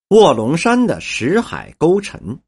卧龙山的石海沟沉。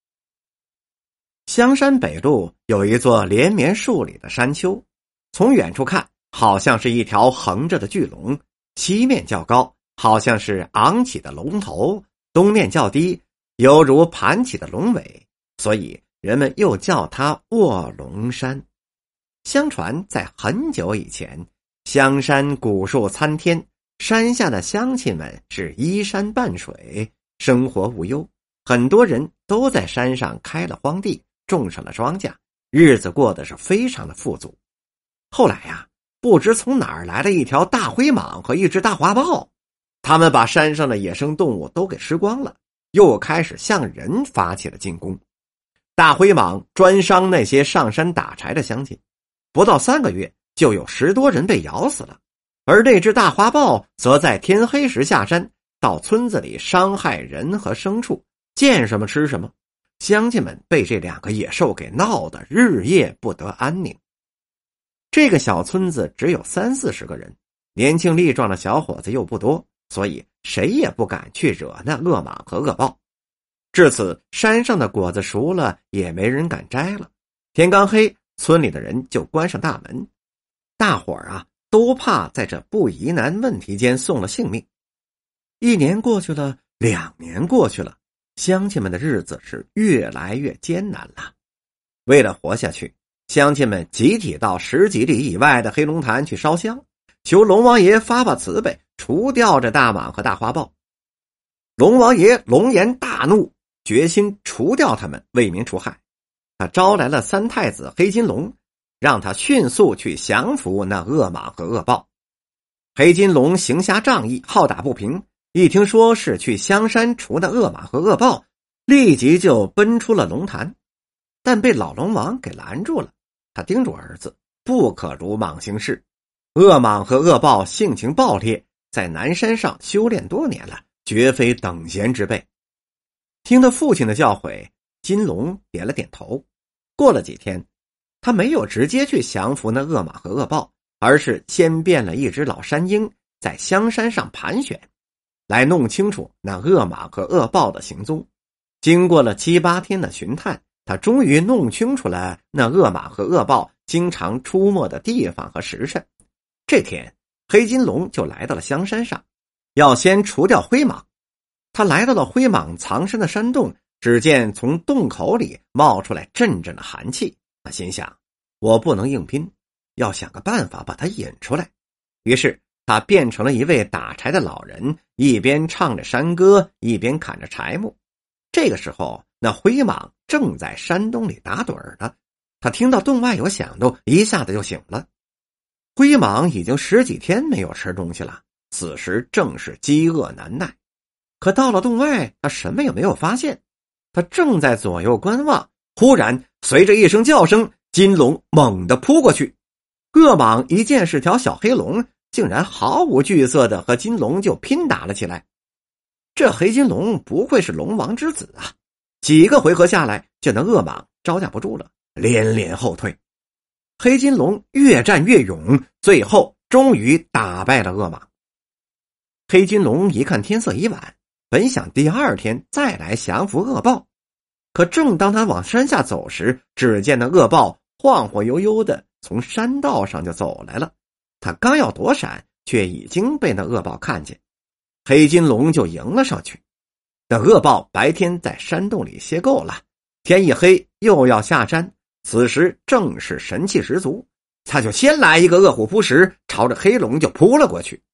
香山北路有一座连绵数里的山丘，从远处看好像是一条横着的巨龙，西面较高，好像是昂起的龙头，东面较低，犹如盘起的龙尾，所以人们又叫它卧龙山。相传在很久以前，香山古树参天，山下的乡亲们是依山傍水，生活无忧，很多人都在山上开了荒地，种上了庄稼，日子过得是非常的富足。后来呀，不知从哪儿来了一条大灰蟒和一只大花豹，他们把山上的野生动物都给吃光了，又开始向人发起了进攻。大灰蟒专伤那些上山打柴的乡亲，不到3个月就有10多人被咬死了，而那只大花豹则在天黑时下山，到村子里伤害人和牲畜，见什么吃什么。乡亲们被这2个野兽给闹得日夜不得安宁。这个小村子只有30-40个人，年轻力壮的小伙子又不多，所以谁也不敢去惹那恶蟒和恶豹。至此，山上的果子熟了，也没人敢摘了。天刚黑，村里的人就关上大门。大伙儿都怕在这不疑难问题间送了性命。1年过去了，2年过去了，乡亲们的日子是越来越艰难了。为了活下去，乡亲们集体到10几里以外的黑龙潭去烧香，求龙王爷发慈悲，除掉这大蟒和大花豹。龙王爷龙颜大怒，决心除掉他们，为民除害。他招来了3太子黑金龙，让他迅速去降服那恶蟒和恶豹。黑金龙行侠仗义，好打不平，一听说是去香山除那恶蟒和恶豹，立即就奔出了龙潭，但被老龙王给拦住了。他叮嘱儿子不可鲁莽行事，恶蟒和恶豹性情暴烈，在南山上修炼多年了，绝非等闲之辈。听了父亲的教诲，金龙点了点头。过了几天，他没有直接去降服那恶蟒和恶豹，而是先变了一只老山鹰，在香山上盘旋，来弄清楚那恶蟒和恶豹的行踪。经过了7、8天的巡探，他终于弄清楚了那恶蟒和恶豹经常出没的地方和时辰。这天，黑金龙就来到了香山上，要先除掉灰蟒。他来到了灰蟒藏身的山洞，只见从洞口里冒出来阵阵的寒气。他心想，我不能硬拼，要想个办法把他引出来。于是他变成了一位打柴的老人，一边唱着山歌，一边砍着柴木。这个时候，那灰蟒正在山洞里打盹呢。他听到洞外有响动，一下子就醒了。灰蟒已经10几天没有吃东西了，此时正是饥饿难耐。可到了洞外，他什么也没有发现。他正在左右观望，忽然随着一声叫声，金龙猛地扑过去。恶蟒一见是条小黑龙，竟然毫无惧色的和金龙就拼打了起来。这黑金龙不愧是龙王之子啊！几个回合下来，就那恶蟒招架不住了，连连后退。黑金龙越战越勇，最后终于打败了恶蟒。黑金龙一看天色已晚，本想第2天再来降服恶豹，可正当他往山下走时，只见那恶豹晃晃悠悠的从山道上就走来了。他刚要躲闪，却已经被那恶豹看见，黑金龙就迎了上去。那恶豹白天在山洞里歇够了，天一黑又要下山，此时正是神气十足，他就先来一个饿虎扑食，朝着黑龙就扑了过去。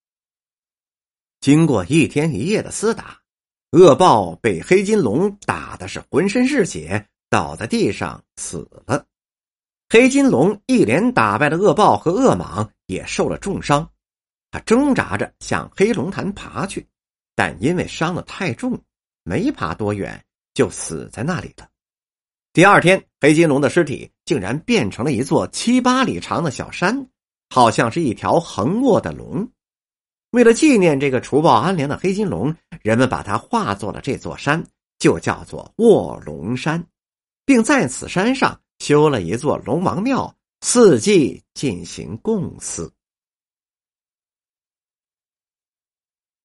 经过1天1夜的厮打，恶豹被黑金龙打的是浑身是血，倒在地上死了。黑金龙一连打败了恶豹和恶蟒，也受了重伤。他挣扎着向黑龙潭爬去，但因为伤得太重，没爬多远就死在那里了。第2天，黑金龙的尸体竟然变成了一座7、8里长的小山，好像是一条横卧的龙。为了纪念这个除暴安良的黑金龙，人们把它化作了这座山，就叫做卧龙山，并在此山上修了一座龙王庙，4季进行供祀。